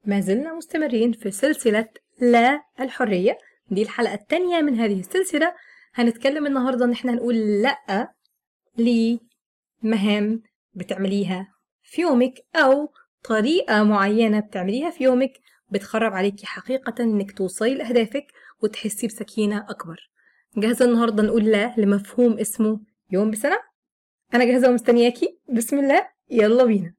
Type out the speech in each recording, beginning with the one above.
ما زلنا مستمرين في سلسلة لا الحرية. دي الحلقة الثانية من هذه السلسلة. هنتكلم النهاردة ان احنا نقول لا لمهام بتعمليها في يومك او طريقة معينة بتعمليها في يومك بتخرب عليكي حقيقة انك توصلي لأهدافك وتحسي بسكينة اكبر. جاهزة النهاردة نقول لا لمفهوم اسمه يوم بسنة؟ انا جاهزة ومستنياكي. بسم الله، يلا بينا.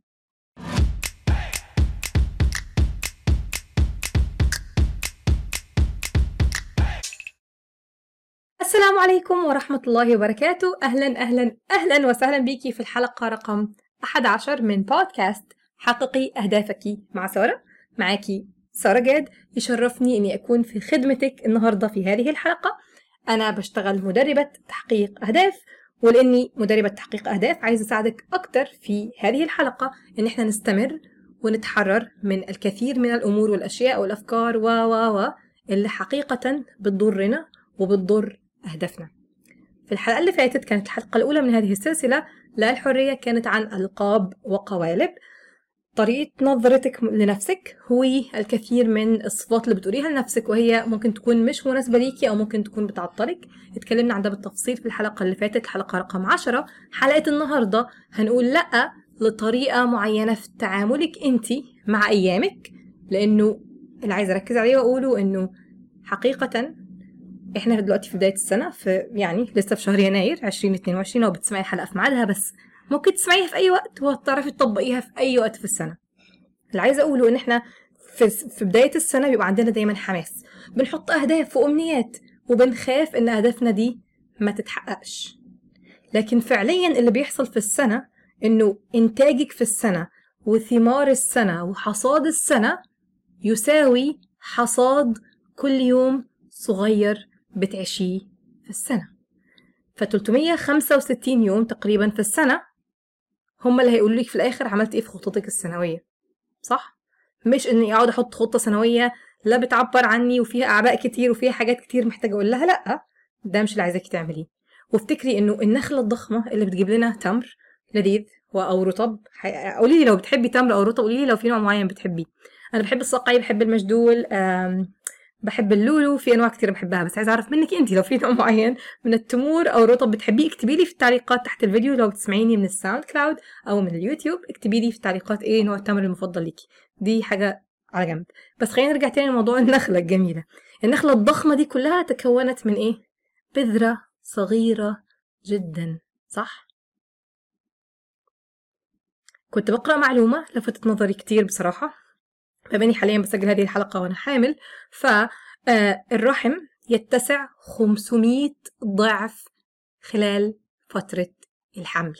السلام عليكم ورحمة الله وبركاته. أهلا وسهلا بيكي في الحلقة رقم 11 من بودكاست حققي أهدافك مع سارة. معاكي سارة جاد. يشرفني أني أكون في خدمتك النهاردة في هذه الحلقة. أنا بشتغل مدربة تحقيق أهداف، ولأني مدربة تحقيق أهداف عايزة أساعدك أكتر في هذه الحلقة أن احنا نستمر ونتحرر من الكثير من الأمور والأشياء والأفكار اللي حقيقة بتضرنا وبتضر أهدافنا. في الحلقة اللي فاتت كانت الحلقة الأولى من هذه السلسلة لا الحرية، كانت عن ألقاب وقوالب، طريقة نظرتك لنفسك، هو الكثير من الصفات اللي بتقوليها لنفسك وهي ممكن تكون مش مناسبة ليكي أو ممكن تكون بتعطلك. اتكلمنا عن ده بالتفصيل في الحلقة اللي فاتت، الحلقة رقم 10. حلقة النهاردة هنقول لأ لطريقة معينة في تعاملك انتي مع أيامك، لأنه اللي عايزة أركز عليه وأقوله إنه حقيقة احنا دلوقتي في بداية السنة، في لسه في شهر يناير 2022. لو بتسمعي الحلقة في ميعادها، بس ممكن تسمعيها في اي وقت وتعرفي تطبقيها في اي وقت في السنة. اللي عايزة اقوله ان احنا في بداية السنة بيبقى عندنا دايما حماس، بنحط اهداف وامنيات وبنخاف ان اهدافنا دي ما تتحققش. لكن فعليا اللي بيحصل في السنة انه انتاجك في السنة وثمار السنة وحصاد السنة يساوي حصاد كل يوم صغير بتعيشيه في السنة. ف365 يوم تقريبا في السنة هم اللي هيقولوا لك في الآخر عملت ايه في خطتك السنوية، صح؟ مش اني اقعد احط خطة سنوية لا بتعبر عني وفيها اعباء كتير وفيها حاجات كتير محتاجة اقول لها لا، ده مش اللي عايزاكي تعمليه. وافتكري انه النخلة الضخمة اللي بتجيب لنا تمر لذيذ او رطب، قولي لي لو بتحبي تمر او رطب، قولي لي لو في نوع معين بتحبيه. انا بحب الصقعي، بحب المشدول، بحب اللولو، في انواع كتير بحبها، بس عايزه اعرف منك انت لو في نوع معين من التمور او الرطب بتحبيه. اكتبي لي في التعليقات تحت الفيديو. لو بتسمعيني من الساوند كلاود او من اليوتيوب اكتبي لي في التعليقات ايه نوع التمر المفضل ليكي. دي حاجه على جنب. بس خلينا نرجع تاني لموضوع النخله الجميله. النخله الضخمه دي كلها تكونت من ايه؟ بذره صغيره جدا، صح؟ كنت بقرا معلومه لفتت نظري كتير بصراحه، بما حاليا بسجل هذه الحلقة وأنا حامل. فالرحم يتسع 500 ضعف خلال فترة الحمل،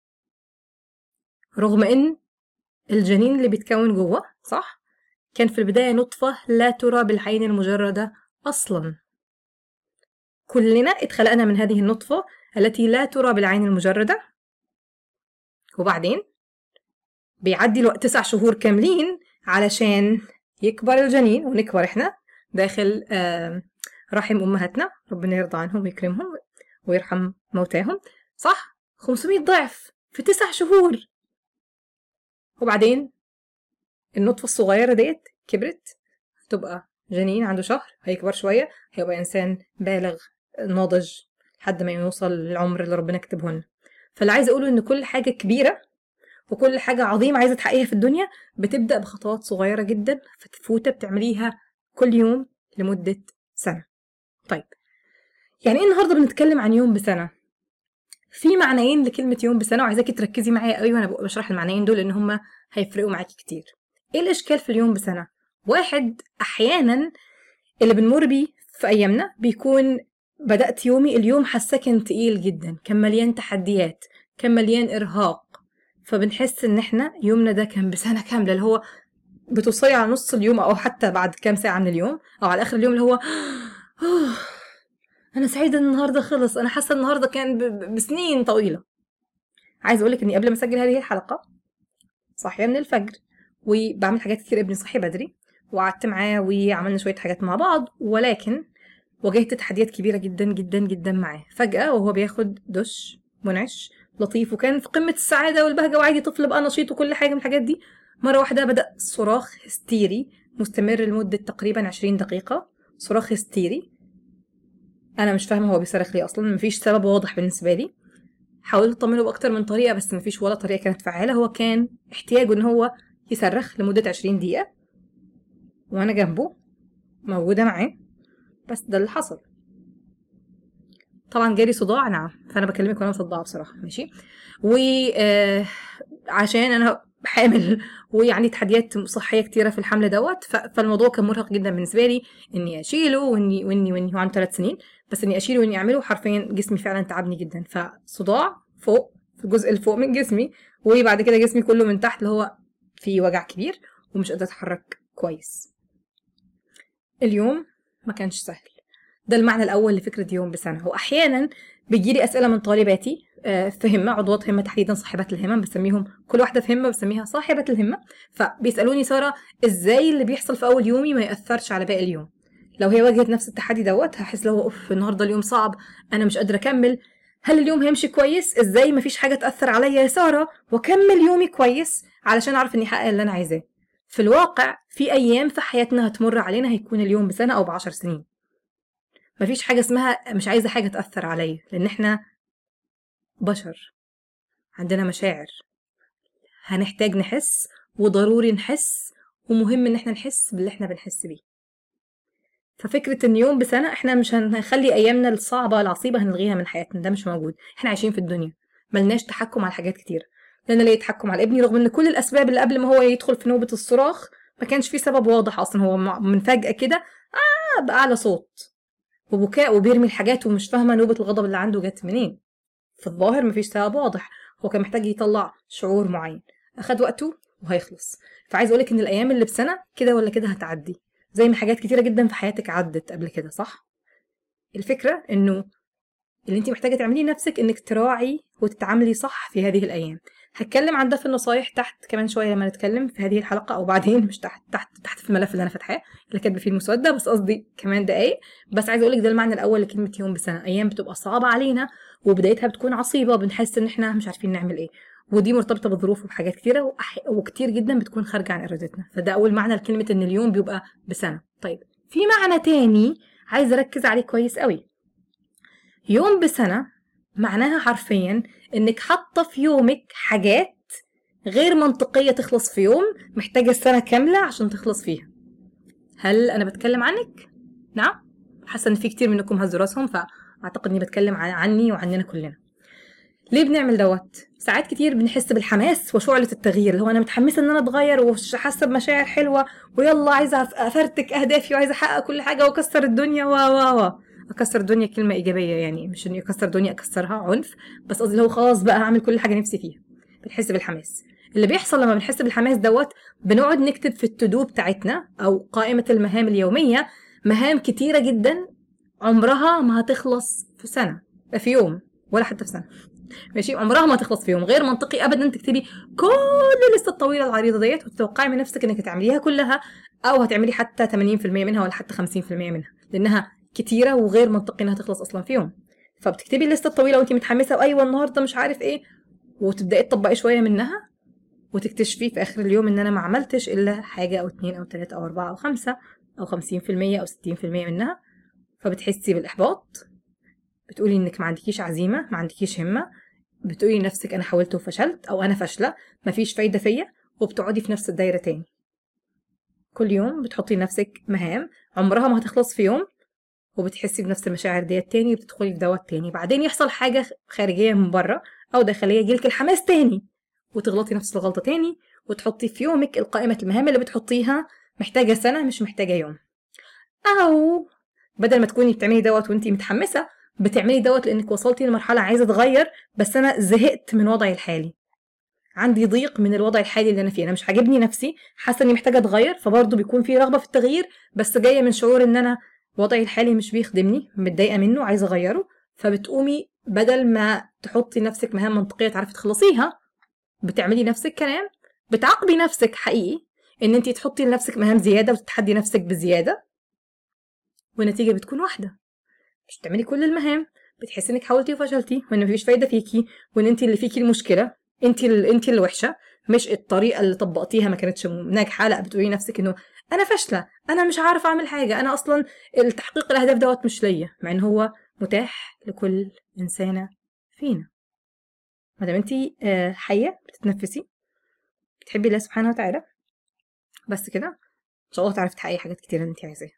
رغم أن الجنين اللي بيتكون جوه، صح، كان في البداية نطفة لا ترى بالعين المجردة أصلا. كلنا اتخلقنا من هذه النطفة التي لا ترى بالعين المجردة، وبعدين بيعدي الوقت 9 شهور كاملين علشان يكبر الجنين ونكبر احنا داخل رحم أمهاتنا، ربنا يرضى عنهم ويكرمهم ويرحم موتاهم، صح؟ 500 ضعف في 9 شهور. وبعدين النطفة الصغيرة ديت كبرت، تبقى جنين عنده شهر، هيكبر شوية هيبقى إنسان بالغ ناضج لحد ما يوصل للعمر اللي ربنا كتبه لنا. فاللي عايزة أقوله إن كل حاجة كبيرة وكل حاجة عظيمة عايزة تحققيها في الدنيا بتبدأ بخطوات صغيرة جدا فتفوتة بتعمليها كل يوم لمدة سنة. طيب، يعني ايه النهاردة بنتكلم عن يوم بسنة؟ في معنيين لكلمة يوم بسنة وعايزاكي تركزي معايا قوي وانا بشرح المعنيين دول لان هما هيفرقوا معاكي كتير. ايه الاشكال في اليوم بسنة؟ واحد، احيانا اللي بنمر بيه في ايامنا بيكون بدأت يومي اليوم حاساه كان تقيل جدا، كان مليان تحديات، كان مليان ارهاق، فبنحس ان احنا يومنا ده كان بسنة كاملة، اللي هو بتوصلي على نص اليوم او حتى بعد كام ساعة من اليوم او على اخر اليوم اللي هو انا سعيدة ان النهاردة خلص، انا حاسة النهاردة كان بسنين طويلة. عايز اقولك اني قبل ما اسجل هذه الحلقة صاحية من الفجر وبعمل حاجات كتير، ابني صحي بدري وقعدت معاه وعملنا شوية حاجات مع بعض، ولكن واجهت تحديات كبيرة جدا جدا جدا معاه. فجأة وهو بياخد دش منعش لطيف وكان في قمة السعادة والبهجة وعادي طفل بقى نشيط وكل حاجة من الحاجات دي، مرة واحدة بدأ صراخ هستيري مستمر لمدة تقريبا 20 دقيقة، صراخ هستيري انا مش فاهمة هو بيصرخ ليه اصلا، مفيش سبب واضح بالنسبة لي. حاولت اطمنه باكتر من طريقة بس مفيش ولا طريقة كانت فعالة. هو كان احتياجه ان هو يصرخ لمدة 20 دقيقة وانا جنبه موجودة معاه، بس ده اللي حصل. طبعا جالي صداع، نعم، فانا بكلمك وانا مصدعه بصراحه، ماشي. وعشان انا حامل ويعني تحديات صحيه كتيره في الحمل دوت، فالموضوع كان مرهق جدا بالنسبه لي اني اشيله واني هو عنده 3 سنين، بس اني اشيله واني اعمله حرفيا جسمي فعلا تعبني جدا. فصداع فوق في الجزء اللي فوق من جسمي، وبعد كده جسمي كله من تحت اللي هو فيه وجع كبير ومش قادره اتحرك كويس. اليوم ما كانش سهل. ده المعنى الأول لفكرة يوم بسنة. وأحيانا بيجيلي أسئلة من طالباتي في همة، عضوات همة تحديدا، صاحبات الهمم بسميهم، كل واحدة في همة بسميها صاحبة الهمة. فبيسألوني سارة إزاي اللي بيحصل في أول يومي ما يأثرش على باقي اليوم. لو هي واجهت نفس التحدي دوت هحس لو أوف النهاردة اليوم صعب، أنا مش قادرة أكمل، هل اليوم هيمشي كويس؟ إزاي مفيش حاجة تأثر عليا يا سارة وأكمل يومي كويس علشان أعرف إني أحقق اللي أنا عايزاه. في الواقع في أيام في حياتنا هتمر علينا هيكون اليوم بسنة أو ب10 سنين. مفيش حاجة اسمها مش عايزة حاجة تأثر عليا، لأن احنا بشر عندنا مشاعر، هنحتاج نحس وضروري نحس، ومهم ان احنا نحس باللي احنا بنحس بيه. ففكرة ان يوم بسنة احنا مش هنخلي ايامنا الصعبة العصيبة هنلغيها من حياتنا، ده مش موجود. احنا عايشين في الدنيا ملناش تحكم على حاجات كتير. لأن ليه تحكم على ابني رغم ان كل الاسباب اللي قبل ما هو يدخل في نوبة الصراخ ما كانش في سبب واضح اصلا، هو من فجأة كده بأعلى صوت وبكاء وبيرمي الحاجات ومش فاهمة نوبة الغضب اللي عنده جت منين. في الظاهر مفيش سبب واضح، هو كان محتاج يطلع شعور معين، أخد وقته وهيخلص. فعايز أقولك إن الأيام اللي بسنة كده ولا كده هتعدي، زي ما حاجات كتيرة جدا في حياتك عدت قبل كده، صح؟ الفكرة إنه اللي انت محتاجة تعمليه نفسك إنك تراعي وتتعاملي صح في هذه الأيام. هتكلم عن ده في النصايح تحت كمان شوية لما نتكلم في هذه الحلقة، أو بعدين، مش تحت في الملف اللي أنا فاتحاه اللي كاتبه فيه المسودة، بس قصدي كمان دقايق. بس عايزة أقولك ده المعنى الأول لكلمة يوم بسنة. أيام بتبقى صعبة علينا وبدايتها بتكون عصيبة، بنحس إن إحنا مش عارفين نعمل إيه، ودي مرتبطة بظروف وبحاجات كتيرة وكتير جدا بتكون خارجة عن إرادتنا. فده أول معنى لكلمة إن اليوم بيبقى بسنة. طيب في معنى تاني عايزة أركز عليه كويس قوي. يوم بسنة معناها حرفيا انك حاطة في يومك حاجات غير منطقية تخلص في يوم، محتاجة السنة كاملة عشان تخلص فيها. هل انا بتكلم عنك؟ نعم، حاسة ان في كتير منكم هزوا راسهم، فاعتقد اني بتكلم عني وعننا كلنا. ليه بنعمل دوت؟ ساعات كتير بنحس بالحماس وشعلة التغيير، اللي هو انا متحمسة ان انا اتغير وحاسة بمشاعر حلوة ويلا عايزة افرتك اهدافي وعايزة احقق كل حاجة واكسر الدنيا و اكسر الدنيا كلمة ايجابية، يعني مش اني اكسر الدنيا اكسرها عنف، بس قصدي اللي هو خلاص بقى هعمل كل حاجة نفسي فيها. بنحس بالحماس. اللي بيحصل لما بنحس بالحماس دوت بنقعد نكتب في التودو بتاعتنا او قائمة المهام اليومية مهام كتيرة جدا عمرها ما هتخلص في سنة، في يوم، ولا حتى في سنة، ماشي، عمرها ما تخلص في يوم. غير منطقي ابدا تكتبي كل الليسته الطويله العريضه ديت وتتوقعي من نفسك انك هتعمليها كلها، او هتعملي حتى 80% منها ولا حتى 50% منها، لانها كتيره وغير منطقي انها تخلص اصلا في يوم. فبتكتبي الليسته الطويله وانت متحمسه وايوه النهارده مش عارف ايه، وتبداي تطبقي شويه منها وتكتشفي في اخر اليوم ان انا ما عملتش الا حاجه او 2 او 3 او 4 او 5 او 50% او 60% منها. فبتحسي بالاحباط، بتقولي انك ما عندكيش عزيمه، ما عندكيش همه، بتقولي لنفسك انا حاولت وفشلت او انا فاشله مفيش فايده فيا، وبتقعدي في نفس الدايره تاني. كل يوم بتحطي لنفسك مهام عمرها ما هتخلص في يوم، وبتحسي بنفس المشاعر ديت تاني وبتدخلي في دوت تاني. بعدين يحصل حاجه خارجيه من بره او داخليه يجيلك الحماس تاني وتغلطي نفس الغلطه تاني، وتحطي في يومك القائمه المهام اللي بتحطيها محتاجه سنه مش محتاجه يوم. او بدل ما تكوني بتعملي دوت وانتي متحمسه، بتعملي دوت لانك وصلتي لمرحله عايزه اتغير، بس انا زهقت من وضعي الحالي، عندي ضيق من الوضع الحالي اللي انا فيه، انا مش عاجبني نفسي، حاسه اني محتاجه اتغير. فبرضه بيكون في رغبه في التغيير بس جايه من شعور ان انا وضعي الحالي مش بيخدمني، متضايقه منه، عايزه اغيره. فبتقومي بدل ما تحطي نفسك مهام منطقيه تعرفي تخلصيها، بتعملي نفس الكلام، بتعاقبي نفسك حقيقي ان انتي تحطي لنفسك مهام زياده وتتحدي نفسك بزياده، والنتيجه بتكون واحده، مش بتعملي كل المهام، بتحسي انك حاولتي وفشلتي وان مفيش فايده فيكي وان انت اللي فيكي المشكله، انت اللي وحشه، مش الطريقه اللي طبقتيها ما كانتش ناجحه، لا بتقولي نفسك انه انا فاشله، انا مش عارفه اعمل حاجه، انا اصلا التحقيق الاهداف دوت مش ليا، مع ان هو متاح لكل انسانه فينا ما دام انت حيه بتتنفسي بتحبي الله سبحانه وتعالى. بس كده ان شاء الله تعرفي تحققي حاجات كتير انت عايزاها.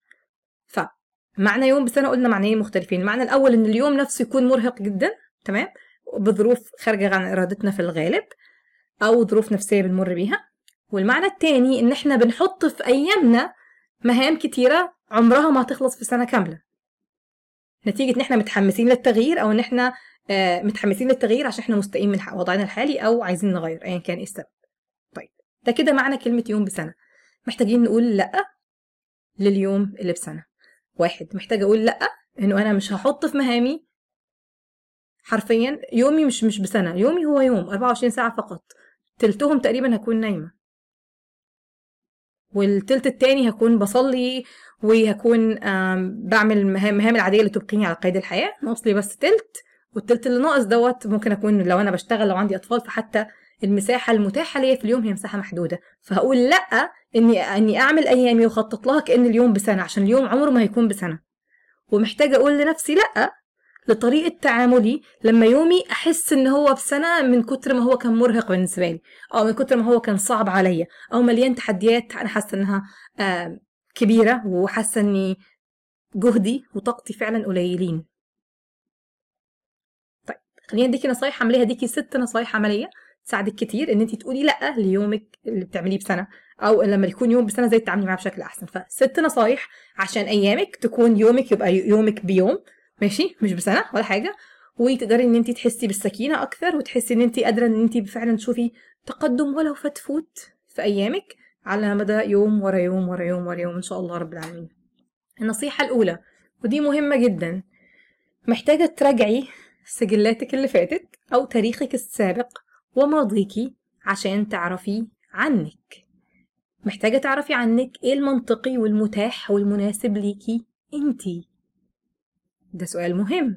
فمعنى يوم بسنه قلنا معنيين مختلفين. المعنى الاول ان اليوم نفسه يكون مرهق جدا، تمام، بظروف خارجه عن ارادتنا في الغالب او ظروف نفسيه بنمر بيها. والمعنى التاني ان احنا بنحط في ايامنا مهام كتيره عمرها ما هتخلص في سنه كامله، نتيجه ان احنا متحمسين للتغيير او ان احنا متحمسين للتغيير عشان احنا مستائين من وضعنا الحالي او عايزين نغير ايا كان ايه السبب. طيب ده كده معنى كلمه يوم بسنه. محتاجين نقول لا لليوم اللي بسنه. واحد، محتاجه اقول لا انه انا مش هحط في مهامي حرفيا يومي مش بسنه، يومي هو يوم 24 ساعه فقط، تلتهم تقريبا هكون نايمه، والتلت التاني هكون بصلي وهكون بعمل المهام العاديه اللي تبقيني على قيد الحياه، ناقص لي بس تلت، والتلت اللي ناقص دوت ممكن اكون لو انا بشتغل لو عندي اطفال، فحتى المساحه المتاحه ليا في اليوم هي مساحه محدوده. فهقول لا اني اعمل ايامي واخطط لها كأن اليوم بسنه، عشان اليوم عمره ما هيكون بسنه. ومحتاجه اقول لنفسي لا لطريقه تعاملي لما يومي احس ان هو بسنه من كتر ما هو كان مرهق بالنسبه لي، او من كتر ما هو كان صعب عليا، او مليان تحديات انا حاسه انها كبيره، وحاسه اني جهدي وطاقتي فعلا قليلين. طيب خلينا اديكي نصايح عمليه، اديكي 6 نصايح عمليه تساعدك كتير ان انت تقولي لا ليومك اللي بتعمليه بسنه، او لما يكون يوم بسنه زي تتعاملي معاه بشكل احسن. ف6 نصايح عشان ايامك تكون يومك يبقى يومك بيوم، ماشي، مش بسنه ولا حاجه، وتقدري ان انت تحسي بالسكينه اكثر، وتحسي ان انت قادره ان انت فعلا تشوفي تقدم ولو فتفوت في ايامك على مدى يوم ورا يوم ورا يوم ورا يوم ان شاء الله رب العالمين. النصيحه الاولى ودي مهمه جدا، محتاجه تراجعي سجلاتك اللي فاتت او تاريخك السابق وماضيكي عشان تعرفي عنك. محتاجه تعرفي عنك ايه المنطقي والمتاح والمناسب ليكي انتي. ده سؤال مهم.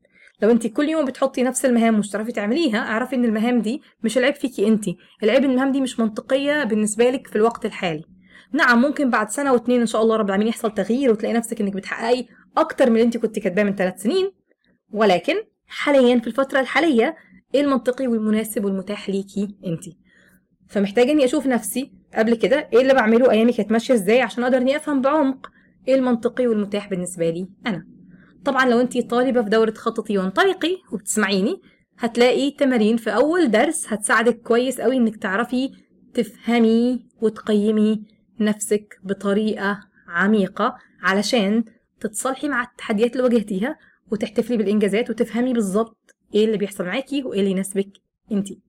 لو انت كل يوم بتحطي نفس المهام مش تعرفي تعمليها، اعرفي ان المهام دي مش العيب فيكي انتي، العيب ان المهام دي مش منطقيه بالنسبه لك في الوقت الحالي. نعم ممكن بعد سنه واتنين ان شاء الله رب العالمين يحصل تغيير وتلاقي نفسك انك بتحققي اكتر من اللي انت كنت كاتباه من 3 سنين، ولكن حاليا في الفتره الحاليه ايه المنطقي والمناسب والمتاح ليكي انتي. فمحتاجه اني اشوف نفسي قبل كده ايه اللي بعمله، ايامي كانت ماشيه ازاي، عشان اقدر اني افهم بعمق ايه المنطقي والمتاح بالنسبه لي انا. طبعا لو انتي طالبة في دورة خططي وانطلقي وبتسمعيني هتلاقي تمارين في اول درس هتساعدك كويس قوي انك تعرفي تفهمي وتقيمي نفسك بطريقة عميقة علشان تتصالحي مع التحديات اللي واجهتيها وتحتفلي بالانجازات وتفهمي بالظبط ايه اللي بيحصل معاكي وايه اللي يناسبك انتي.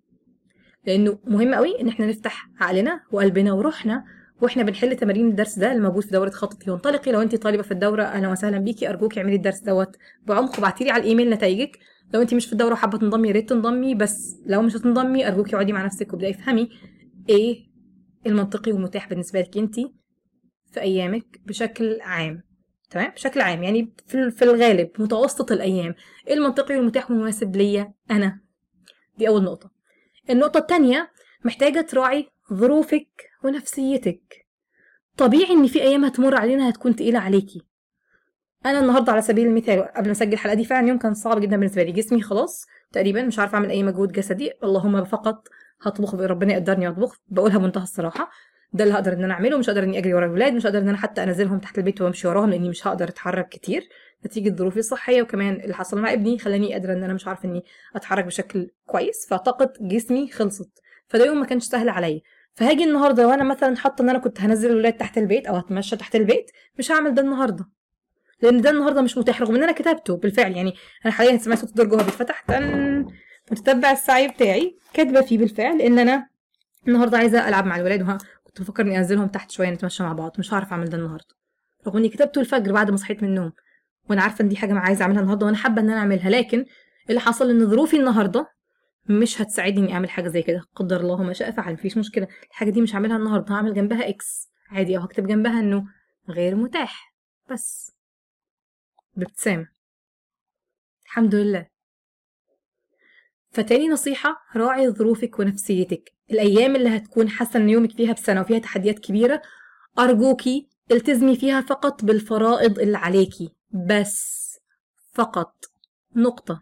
لانه مهم قوي ان احنا نفتح عقلنا وقلبنا وروحنا واحنا بنحل تمارين الدرس ده الموجود في دوره خططي وانطلقي. لو انت طالبه في الدوره اهلا وسهلا بيكي، ارجوكي اعملي الدرس دوت بعمق وابعتيلي على الايميل نتائجك. لو انت مش في الدوره وحابه تنضمي يا ريت تنضمي، بس لو مش هتنضمي ارجوكي اقعدي مع نفسك وابداي افهمي ايه المنطقي والمتاح بالنسبه لك انت في ايامك بشكل عام. تمام، بشكل عام يعني في الغالب متوسط الايام ايه المنطقي والمتاح والمناسب ليا انا. دي اول نقطه. النقطة التانية، محتاجة تراعي ظروفك ونفسيتك. طبيعي ان في ايام هتمر علينا هتكون تقيلة عليكي. انا النهاردة على سبيل المثال قبل ما اسجل الحلقة دي فعلا يوم كان صعب جدا بالنسبة لي، جسمي خلاص تقريبا مش عارفة اعمل اي مجهود جسدي، اللهم فقط هطبخ ربنا يقدرني اطبخ، بقولها بمنتهى الصراحة، ده اللي هقدر ان انا اعمله. مش هقدر اني اجري ورا الولاد، مش هقدر ان انا حتى انزلهم تحت البيت وامشي وراهم لاني مش هقدر اتحرك كتير نتيجة ظروفي الصحية، وكمان اللي حصل مع ابني خلاني قادرة ان انا مش عارفة اني اتحرك بشكل كويس، فطاقة جسمي خلصت. فده يوم ما كانش سهل عليا. فهاجي النهارده وانا مثلا حاطه ان انا كنت هنزل الولاد تحت البيت او هتمشى تحت البيت، مش هعمل ده النهارده لان ده النهارده مش متاح، رغم ان انا كتبته بالفعل. يعني انا حاليا هتسمعي صوت الدرج وهو بيتفتح، متتبع السعي بتاعي كاتبه فيه بالفعل ان انا النهارده عايزه العب مع الولاد، كنت بفكر اني انزلهم تحت شويه نتمشى مع بعض. مش هعرف اعمل ده النهارده رغم اني كتبته الفجر بعد ما صحيت من النوم وانا عارفه ان دي حاجه ما عايزه اعملها النهارده وانا حابه ان انا اعملها، لكن اللي حصل ان ظروفي النهارده مش هتساعدني اني اعمل حاجه زي كده. قدر الله ما شاء فعل، مفيش مشكله، الحاجه دي مش هعملها النهارده، هعمل جنبها اكس عادي او هكتب جنبها انه غير متاح بس بابتسامه. الحمد لله. فتاني نصيحة، راعي ظروفك ونفسيتك. الأيام اللي هتكون حاسة إن يومك فيها بسنة وفيها تحديات كبيرة، أرجوكي التزمي فيها فقط بالفرائض اللي عليكي بس، فقط، نقطة.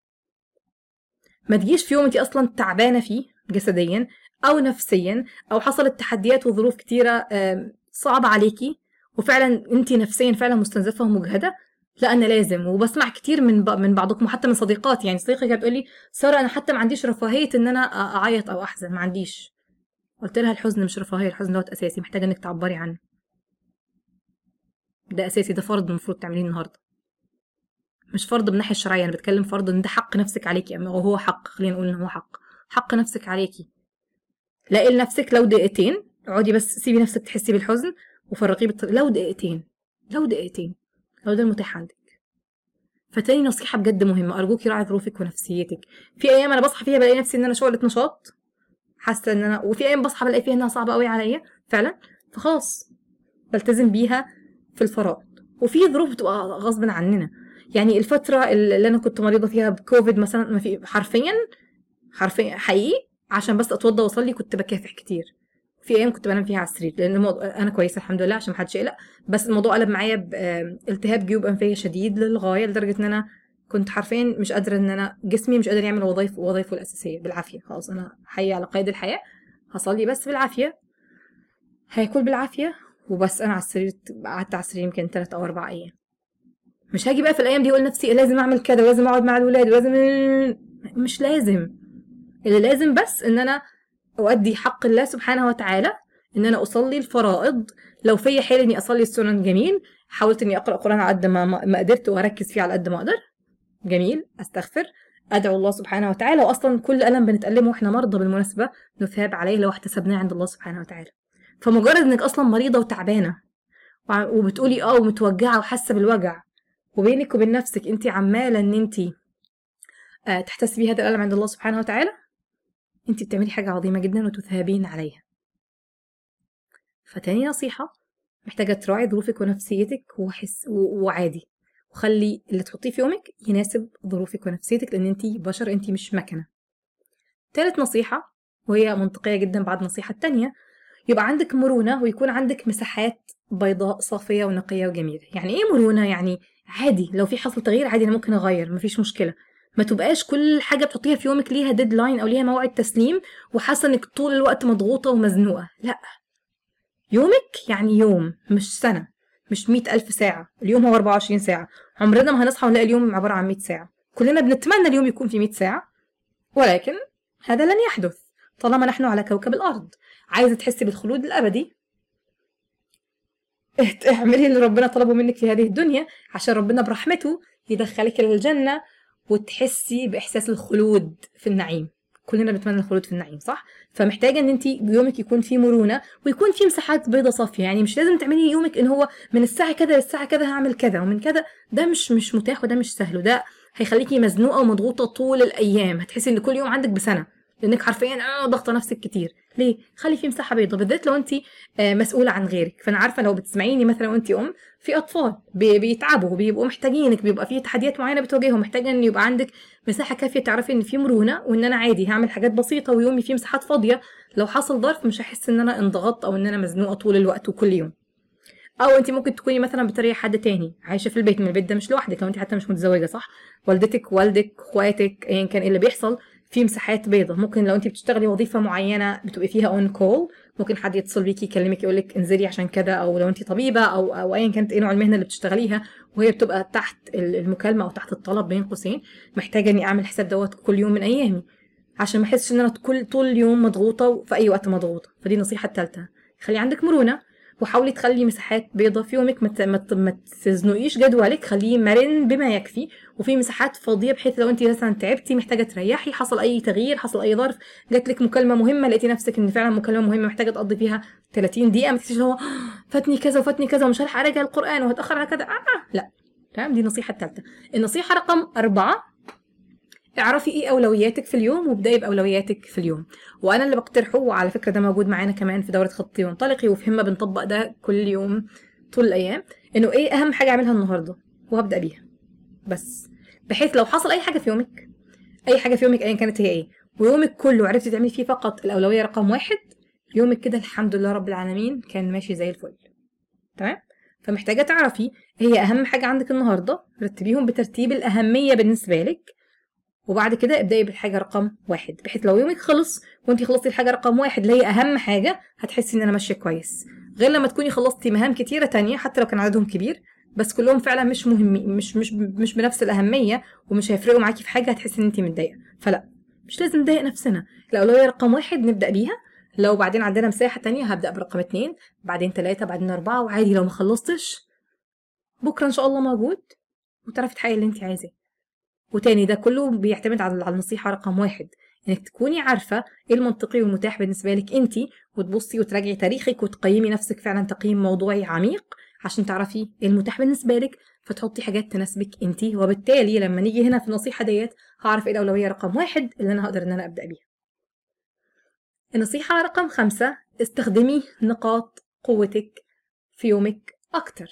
ما تجيش في يوم انتي أصلا تعبانة فيه جسديا أو نفسيا، أو حصلت تحديات وظروف كتيرة صعبة عليكي وفعلا انتي نفسيا فعلا مستنزفة ومجهدة، لا انا لازم. وبسمع كتير من بعضكم وحتى من صديقاتي، يعني صديقتي كانت بتقول لي ساره انا حتى ما عنديش رفاهيه ان انا اعيط او احزن، ما عنديش. قلت لها الحزن مش رفاهيه، الحزن دوت اساسي، محتاجه انك تعبري عنه، ده اساسي، ده فرض المفروض تعمليه النهارده. مش فرض من الناحيه الشرعيه، انا بتكلم فرض ان ده حق نفسك عليكي، او هو حق، خلينا نقول ان هو حق نفسك عليكي. لاقي لنفسك لو دقيقتين، اقعدي بس سيبي نفسك تحسي بالحزن وفرقيه لو دقيقتين، لو دقيقتين، لو ده المتاح عندك. فتاني نصيحة بجد مهمة، أرجوكي راعي ظروفك ونفسيتك. في أيام أنا بصحى فيها بلاقي نفسي إن أنا شعلة نشاط، حاسة إن أنا، وفي أيام بصحى بلاقي فيها إنها صعبة قوي عليا فعلا، فخلاص بلتزم بيها في الفرائض. وفي ظروف بتبقى غصب عننا، يعني الفترة اللي أنا كنت مريضة فيها بكوفيد مثلا، ما في حرفيا حقيقي عشان بس أتوضى وأصلي كنت بكافح كتير. في ايام كنت بنام فيها على السرير لان انا كويسه الحمد لله عشان محدش يقلق، بس الموضوع قلب معايا بالتهاب جيوب انفيه شديد للغايه، لدرجه ان انا كنت حرفيا مش قادره، ان انا جسمي مش قادر يعمل وظايفه الاساسيه بالعافيه. خلاص انا حي على قيد الحياه، هصلي بس بالعافيه، هاكل بالعافيه، وبس انا على السرير قعدت على السرير يمكن 3 أو 4 ايام. مش هاجي بقى في الايام دي اقول نفسي لازم اعمل كده ولازم اقعد مع الولاد ولازم، مش لازم. اللي لازم بس ان انا أؤدي حق الله سبحانه وتعالى، إن أنا أصلي الفرائض. لو في حيل إني أصلي السنن جميل، حاولت إني أقرأ قرآن على قد ما قدرت وأركز فيه على قد ما أقدر، جميل، أستغفر، أدعو الله سبحانه وتعالى. وأصلا كل ألم بنتألمه وإحنا مرضى بالمناسبة نثاب عليه لو احتسبناه عند الله سبحانه وتعالى. فمجرد إنك أصلا مريضة وتعبانة وبتقولي ومتوجعة وحاسة بالوجع، وبينك وبين نفسك أنت عمالة إن أنت تحتسبي هذا الألم عند الله سبحانه وتعالى، أنت بتعملي حاجة عظيمة جدا وتثابين عليها. فتاني نصيحة، محتاجة تراعي ظروفك ونفسيتك وعادي، وخلي اللي تحطيه في يومك يناسب ظروفك ونفسيتك، لأن انتي بشر، انتي مش مكنة. تالت نصيحة، وهي منطقية جدا بعد النصيحة التانية، يبقى عندك مرونة ويكون عندك مساحات بيضاء صافية ونقية وجميلة. يعني ايه مرونة؟ يعني عادي لو في حصل تغيير عادي انا ممكن اغير، مفيش مشكلة. ما تبقاش كل حاجة بتحطيها في يومك ليها ديدلاين او ليها موعد تسليم وحاسة انك طول الوقت مضغوطة ومزنوقة، لا. يومك يعني يوم، مش سنة، مش 100,000 ساعة. اليوم هو 24 ساعة، عمرنا ما هنصحى ونلاقي اليوم عبارة عن 100 ساعة. كلنا بنتمنى اليوم يكون في 100 ساعة، ولكن هذا لن يحدث طالما نحن على كوكب الأرض. عايزة تحسي بالخلود الأبدي، اعملي اللي ربنا طلبه منك في هذه الدنيا عشان ربنا برحمته يدخلك الجنة وتحسي بإحساس الخلود في النعيم. كلنا بنتمنى الخلود في النعيم، صح؟ فمحتاجه ان انت يومك يكون فيه مرونه ويكون فيه مساحات بيضة صافيه. يعني مش لازم تعملي يومك ان هو من الساعه كذا للساعه كذا هعمل كذا ومن كذا، ده مش متاح وده مش سهل، وده هيخليكي مزنوقه ومضغوطه طول الايام، هتحسي ان كل يوم عندك بسنه لانك حرفيا ضغطه نفسك كتير. ليه؟ خلي فيه مساحه بيضة، بالذات لو انت مسؤوله عن غيرك. فانا عارفه لو بتسمعيني مثلا وانت في اطفال بيتعبوا وبيبقوا محتاجينك، بيبقى في تحديات معينه بتواجههم، محتاجه ان يبقى عندك مساحه كافيه تعرفي ان في مرونه وان انا عادي هعمل حاجات بسيطه ويومي فيه مساحات فاضيه. لو حصل ظرف مش هحس ان انا انضغطت او ان انا مزنوقه طول الوقت وكل يوم. او انت ممكن تكوني مثلا بتريح حد تاني عايشه في البيت، من البيت ده مش لوحدك، لو انت حتى مش متزوجه، صح؟ والدتك، والدك، اخواتك، ايا كان اللي بيحصل، في مساحات بيضة. ممكن لو انت بتشتغلي وظيفه معينه بتبقي فيها اون كول، ممكن حد يتصل بيكي يكلمك يقولك انزلي عشان كده، او لو انت طبيبه او ايا كانت ايه نوع المهنه اللي بتشتغليها وهي بتبقى تحت المكالمه او تحت الطلب بين قوسين، محتاجه اني اعمل حساب دوت كل يوم من ايامي عشان ما احسش ان انا طول اليوم مضغوطه وفي اي وقت مضغوطه. فدي النصيحه الثالثه، خلي عندك مرونه وحاولي تخلي مساحات بيضة في يومك، ما تزنقيش جدولك، خليه مرن بما يكفي وفي مساحات فاضية، بحيث لو انت مثلا تعبتي محتاجة تريحي، حصل اي تغيير، حصل اي ظرف، جاتلك مكالمة مهمة، لقيتي نفسك ان فعلا مكالمة مهمة محتاجة تقضي فيها 30 دقيقة، ما تحسيش هو فاتني كذا وفاتني كذا ومش هلحق اراجع القرآن وهتأخر على كذا، لا. تمام، دي النصيحة الثالثة. النصيحة رقم 4، اعرفي ايه اولوياتك في اليوم وابدأي باولوياتك في اليوم. وانا اللي بقترحه، وعلى فكره ده موجود معانا كمان في دوره خطي وانطلقي، وفي همه بنطبق ده كل يوم طول الايام، انه ايه اهم حاجه اعملها النهارده وهبدأ بيها بس، بحيث لو حصل اي حاجه في يومك اي حاجه في يومك ايا كانت هي ايه، ويومك كله عرفتي تعملي فيه فقط الاولويه رقم 1، يومك كده الحمد لله رب العالمين كان ماشي زي الفل. تمام. فمحتاجه تعرفي هي اهم حاجه عندك النهارده، رتبيهم بترتيب الاهميه بالنسبه لك، وبعد كده ابدأي بالحاجة رقم 1، بحيث لو يومك خلص وانتي خلصتي الحاجة رقم 1 اللي هي أهم حاجة، هتحسي إن أنا ماشية كويس، غير لما تكوني خلصتي مهام كتيرة تانية حتى لو كان عددهم كبير بس كلهم فعلا مش مهمين، مش بنفس الأهمية ومش هيفرقوا معاكي في حاجة، هتحسي إن انتي متضايقة. فلا، مش لازم نضايق نفسنا. الأولوية رقم 1 نبدأ بيها، لو بعدين عندنا مساحة تانية هبدأ برقم 2، بعدين 3، بعدين 4، وعادي لو ما خلصتش بكرة إن شاء الله موجود وتعرفي تحققي اللي انتي عايزاه. وتاني ده كله بيعتمد على النصيحة رقم 1، انك تكوني عارفة ايه المنطقي والمتاح بالنسبة لك انتي، وتبصي وتراجعي تاريخك وتقيمي نفسك فعلا تقييم موضوعي عميق عشان تعرفي ايه المتاح بالنسبة لك، فتحطي حاجات تناسبك انتي، وبالتالي لما نيجي هنا في النصيحة ديت هعرف ايه الأولوية رقم 1 اللي انا هقدر ان انا ابدأ بيها. النصيحة رقم 5، استخدمي نقاط قوتك في يومك اكتر.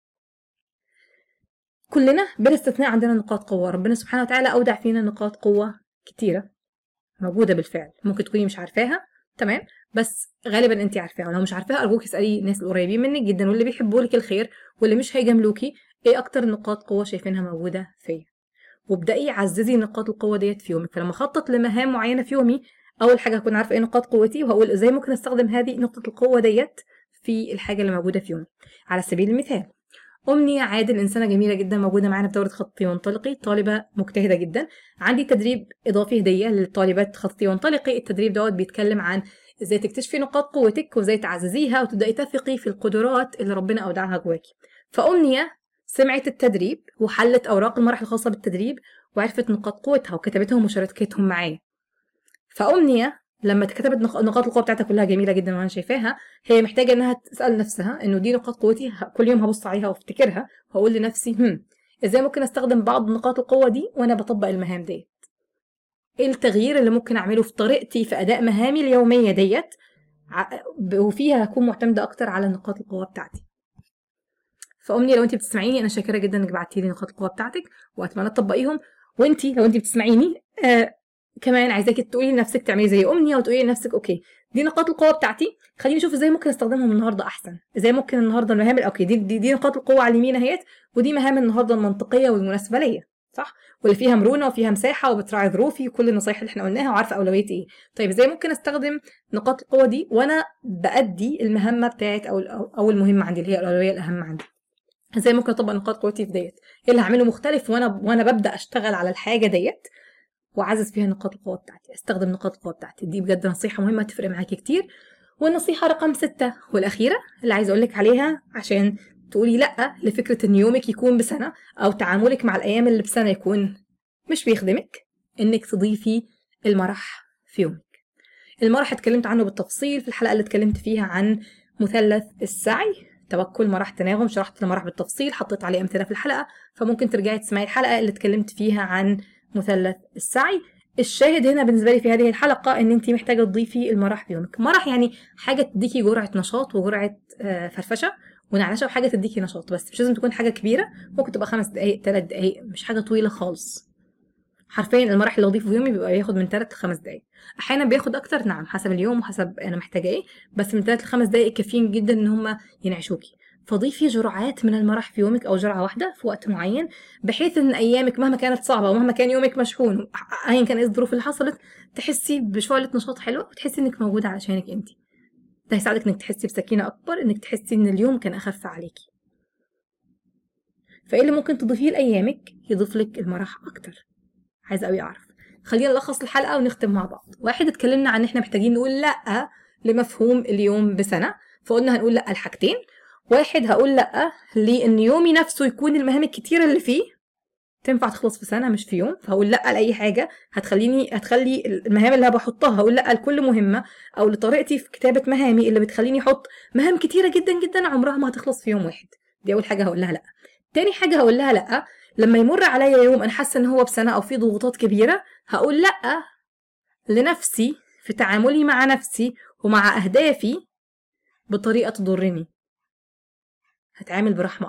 كلنا بلا استثناء عندنا نقاط قوة، ربنا سبحانه وتعالى أودع فينا نقاط قوة كتيرة موجودة بالفعل، ممكن تكوني مش عارفاها، تمام، بس غالبا انت عارفاها، ولو مش عارفاها ارجوك اسألي الناس القريبين منك جدا واللي بيحبوا لك الخير واللي مش هيجاملوكي، ايه اكتر نقاط قوة شايفينها موجودة فيا، وابدأي عززي نقاط القوة ديت في يومك. فلما اخطط لمهام معينة في يومي، اول حاجة هكون عارفة ايه نقاط قوتي، وهقول ازاي ممكن استخدم هذه نقطة القوة ديت في الحاجة اللي موجودة في يومي. على سبيل المثال، أمنية عادل إنسانة جميلة جدا موجودة معانا في دورة خطي وانطلقي، طالبة مجتهدة جدا. عندي تدريب إضافي هدية للطالبات خطي وانطلقي، التدريب دوت بيتكلم عن إزاي تكتشفي نقاط قوتك وإزاي تعززيها وتبدأي تثقي في القدرات اللي ربنا أودعها جواكي. فأمنية سمعت التدريب وحلت أوراق المراحل الخاصة بالتدريب وعرفت نقاط قوتها وكتبتهم وشاركتهم معايا. فأمنية لما كتبت نقاط القوة بتاعتها كلها جميلة جدا وانا شايفاها، هي محتاجة انها تسأل نفسها انه دي نقاط قوتي، كل يوم هبص عليها وافتكرها واقول لنفسي ازاي ممكن استخدم بعض نقاط القوة دي وانا بطبق المهام دي، ايه التغيير اللي ممكن اعمله في طريقتي في اداء مهامي اليومية ديت، وفيها هكون معتمدة اكتر على نقاط القوة بتاعتي. فأمنية لو انت بتسمعيني انا شاكرة جدا انك بعتيلي نقاط القوة بتاعتك واتمنى تطبقيهم، وانتي لو انت بتسمعيني كمان عايزاكي تقولي لنفسك تعملي زي أمنية وتقولي لنفسك اوكي دي نقاط القوة بتاعتي، خليني اشوف ازاي ممكن استخدمهم النهارده احسن، ازاي ممكن النهارده المهام اوكي دي نقاط القوة على اليمين اهيت، ودي مهام النهارده المنطقية والمناسبة ليا، صح، واللي فيها مرونة وفيها مساحة وبتراعي ظروفي وكل النصايح اللي احنا قلناها وعارفة اولويتي ايه. طيب ازاي ممكن استخدم نقاط القوة دي وانا بأدي المهمة بتاعت او المهمة عندي اللي هي الأولوية الأهم عندي، ازاي ممكن اطبق نقاط قوتي في ديت، ايه اللي هعمله مختلف وانا ببدأ اشتغل على الحاجة ديت واعزز فيها نقاط القوة بتاعتي، استخدم نقاط القوة بتاعتي دي، بجد نصيحة مهمة تفرق معاكي كتير. والنصيحة رقم 6 والأخيرة اللي عايزة أقولك عليها عشان تقولي لأ لفكرة إن يومك يكون بسنة أو تعاملك مع الأيام اللي بسنة يكون مش بيخدمك، إنك تضيفي المرح في يومك. المرح اتكلمت عنه بالتفصيل في الحلقة اللي اتكلمت فيها عن مثلث السعي، توكل مرح تناغم، شرحت المرح بالتفصيل، حطيت عليه أمثلة في الحلقة، فممكن ترجعي تسمعي الحلقة اللي اتكلمت فيها عن مثلث السعي. الشاهد هنا بالنسبة لي في هذه الحلقة ان انتي محتاجة تضيفي المرح في يومك. مرح يعني حاجة تديكي جرعة نشاط وجرعة فرفشة ونعنشة وحاجة تديكي نشاط، بس مش لازم تكون حاجة كبيرة، ممكن تبقى 5 دقايق 3 دقايق، مش حاجة طويلة خالص. حرفيا المرح اللي اضيفه في يومي بيبقى ياخد من 3 ل5 دقايق، احيانا بياخد اكتر، نعم حسب اليوم وحسب انا محتاجة ايه، بس من 3 ل5 دقايق كافيين جدا ان هم ينعشوكي. فضيفي جرعات من المرح في يومك او جرعة واحدة في وقت معين، بحيث ان ايامك مهما كانت صعبة ومهما كان يومك مشحون ايا كان ايه الظروف اللي حصلت، تحسي بشعلة نشاط حلوة وتحسي انك موجودة علشانك انت. ده هيساعدك انك تحسي بسكينة اكبر، انك تحسي ان اليوم كان اخف عليكي. فايه اللي ممكن تضيفيه لايامك يضيف لك المرح اكتر؟ عايزة قوي اعرف. خلينا نلخص الحلقة ونختم مع بعض. واحد، اتكلمنا عن احنا محتاجين نقول لأ لمفهوم اليوم بسنة، فقلنا هنقول لأ الحاجتين. واحد، هقول لأ لأن يومي نفسه يكون المهام الكتيرة اللي فيه تنفع تخلص في سنة مش في يوم، فهقول لأ لأي حاجة هتخلي المهام اللي بحطها، هقول لأ لكل مهمة، أو لطريقتي في كتابة مهامي اللي بتخليني أحط مهام كتيرة جدا جدا عمرها ما هتخلص في يوم واحد. دي أول حاجة هقول لها لأ. تاني حاجة هقول لها لأ لما يمر عليا يوم أنا حاسة إن هو بسنة أو في ضغوطات كبيرة، هقول لأ لنفسي في تعاملي مع نفسي ومع أهدافي بطريقة تضرني، هتعامل برحمة أكبر.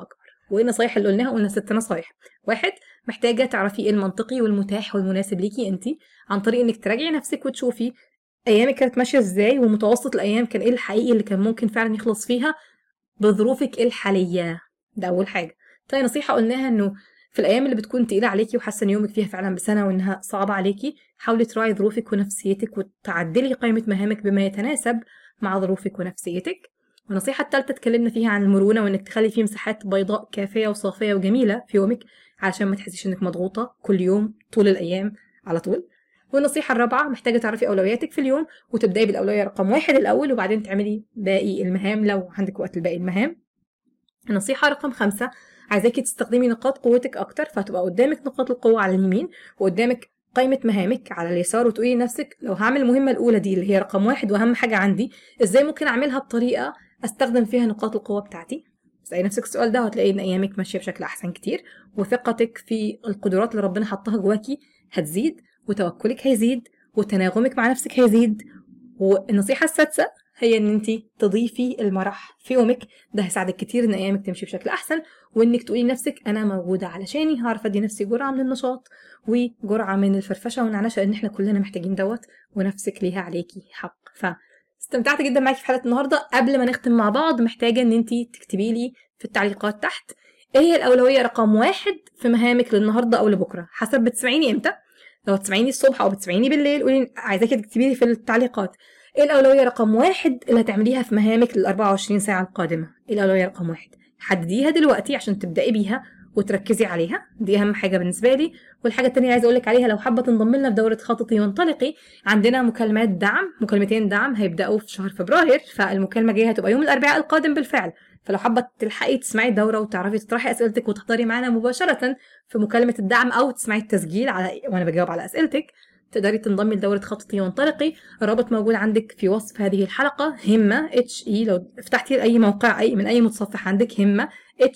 وايه النصايح اللي قلناها؟ قلنا 6 نصايح. 1، محتاجه تعرفي ايه المنطقي والمتاح والمناسب ليكي انت، عن طريق انك تراجعي نفسك وتشوفي ايامك كانت ماشيه ازاي، ومتوسط الايام كان ايه الحقيقي اللي كان ممكن فعلا يخلص فيها بظروفك الحاليه. ده اول حاجه. تاني نصيحه قلناها انه في الايام اللي بتكون تقيله عليكي وحاسه ان يومك فيها فعلا بسنه وانها صعبه عليكي، حاولي تراعي ظروفك ونفسيتك وتعدلي قائمه مهامك بما يتناسب مع ظروفك ونفسيتك. والنصيحه الثالثه اتكلمنا فيها عن المرونه، وانك تخلي فيه مساحات بيضاء كافيه وصافيه وجميله في يومك علشان ما تحسيش انك مضغوطه كل يوم طول الايام على طول. والنصيحة الرابعة، محتاجة تعرفي أولوياتك في اليوم وتبدأي بالأولوية رقم 1 الأول، وبعدين تعملي باقي المهام لو عندك وقت لباقي المهام. النصيحة رقم 5، عايزاكي تستخدمي نقاط قوتك أكتر، فهتبقى قدامك نقاط القوة على اليمين وقدامك قائمة مهامك على اليسار، وتقولي لنفسك لو هعمل المهمة الأولى دي اللي هي رقم 1 وأهم حاجة عندي، إزاي ممكن أعملها بطريقة أستخدم فيها نقاط القوة بتاعتي؟ اسألي نفسك السؤال ده وهتلاقي إن أيامك ماشية بشكل أحسن كتير، وثقتك في القدرات اللي ربنا حطها جواكي هتزيد، وتوكلك هيزيد، وتناغمك مع نفسك هيزيد. والنصيحة السادسة هي ان انت تضيفي المرح في يومك، ده هيساعدك كتير ان ايامك تمشي بشكل احسن، وانك تقولي لنفسك انا موجودة علشاني، هعرف ادي نفسي جرعة من النشاط وجرعة من الفرفشة والنعنشة، ان احنا كلنا محتاجين دوت، ونفسك ليها عليكي حق. استمتعت جدا معاكي في حلقة النهاردة. قبل ما نختم مع بعض، محتاجة ان انت تكتبي لي في التعليقات تحت ايه هي الاولوية رقم 1 في مهامك للنهاردة او لبكرة، حسب بتسمعيني امتى. لو تسمعيني الصبح او بتسمعيني بالليل، قولي عايزاكي تكتبي لي في التعليقات ايه الاولويه رقم 1 اللي هتعمليها في مهامك لل 24 ساعه القادمه. ايه الاولويه رقم 1؟ حدديها دلوقتي عشان تبداي بيها وتركزي عليها، دي اهم حاجه بالنسبه لي. والحاجه التانية عايزه اقول لك عليها، لو حابه تنضمي لنا في دوره خططي وانطلقي، عندنا مكالمات دعم، مكالمتين دعم هيبداوا في شهر فبراير، فالمكالمه الجايه هتبقى يوم الاربعاء القادم بالفعل. فلو حابه تلحقي تسمعي الدوره وتعرفي تطرحي اسئلتك وتحضري معانا مباشره في مكالمه الدعم، او تسمعي التسجيل على وانا بجاوب على اسئلتك، تقدري تنضمي لدورة خططي وانطلقي. الرابط موجود عندك في وصف هذه الحلقة. همة HE، لو فتحتي أي موقع من أي متصفح عندك، همة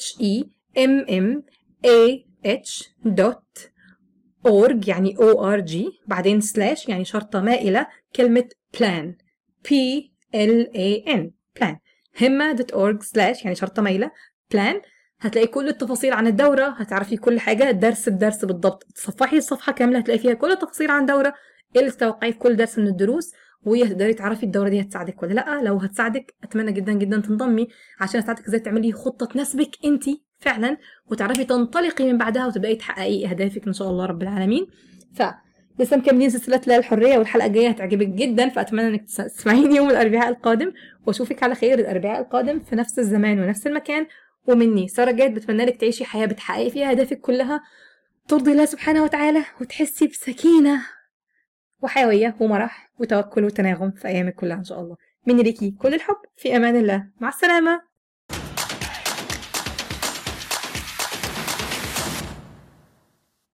HEMMAH.org يعني ORG، بعدين سلاش يعني شرطة مائلة كلمة plan PLAN plan، همة.org سلاش يعني شرطة مائلة plan. هتلاقي كل التفاصيل عن الدورة، هتعرفي كل حاجة درس بدرس بالضبط، تصفحي الصفحة كاملة هتلاقي فيها كل التفاصيل عن الدورة، ايه اللي تتوقعيه في كل درس من الدروس، وتقدري تعرفي الدورة دي هتساعدك ولا لا. لو هتساعدك اتمنى جدا جدا تنضمي عشان اساعدك ازاي تعملي خطة تناسبك انتي فعلا، وتعرفي تنطلقي من بعدها وتبداي تحققي اهدافك ان شاء الله رب العالمين. لسه مكملين سلسلة لا الحرية، والحلقة الجاية هتعجبك جدا، فأتمنى إنك تسمعيني يوم الأربعاء القادم، وأشوفك على خير الأربعاء القادم في نفس الزمان ونفس المكان. ومني سارة جاد بتمنى لك تعيشي حياة بتحققي فيها أهدافك كلها، ترضي الله سبحانه وتعالى، وتحسي بسكينة وحيوية ومرح وتوكل وتناغم في أيامك كلها إن شاء الله. مني ليكي كل الحب، في أمان الله، مع السلامة.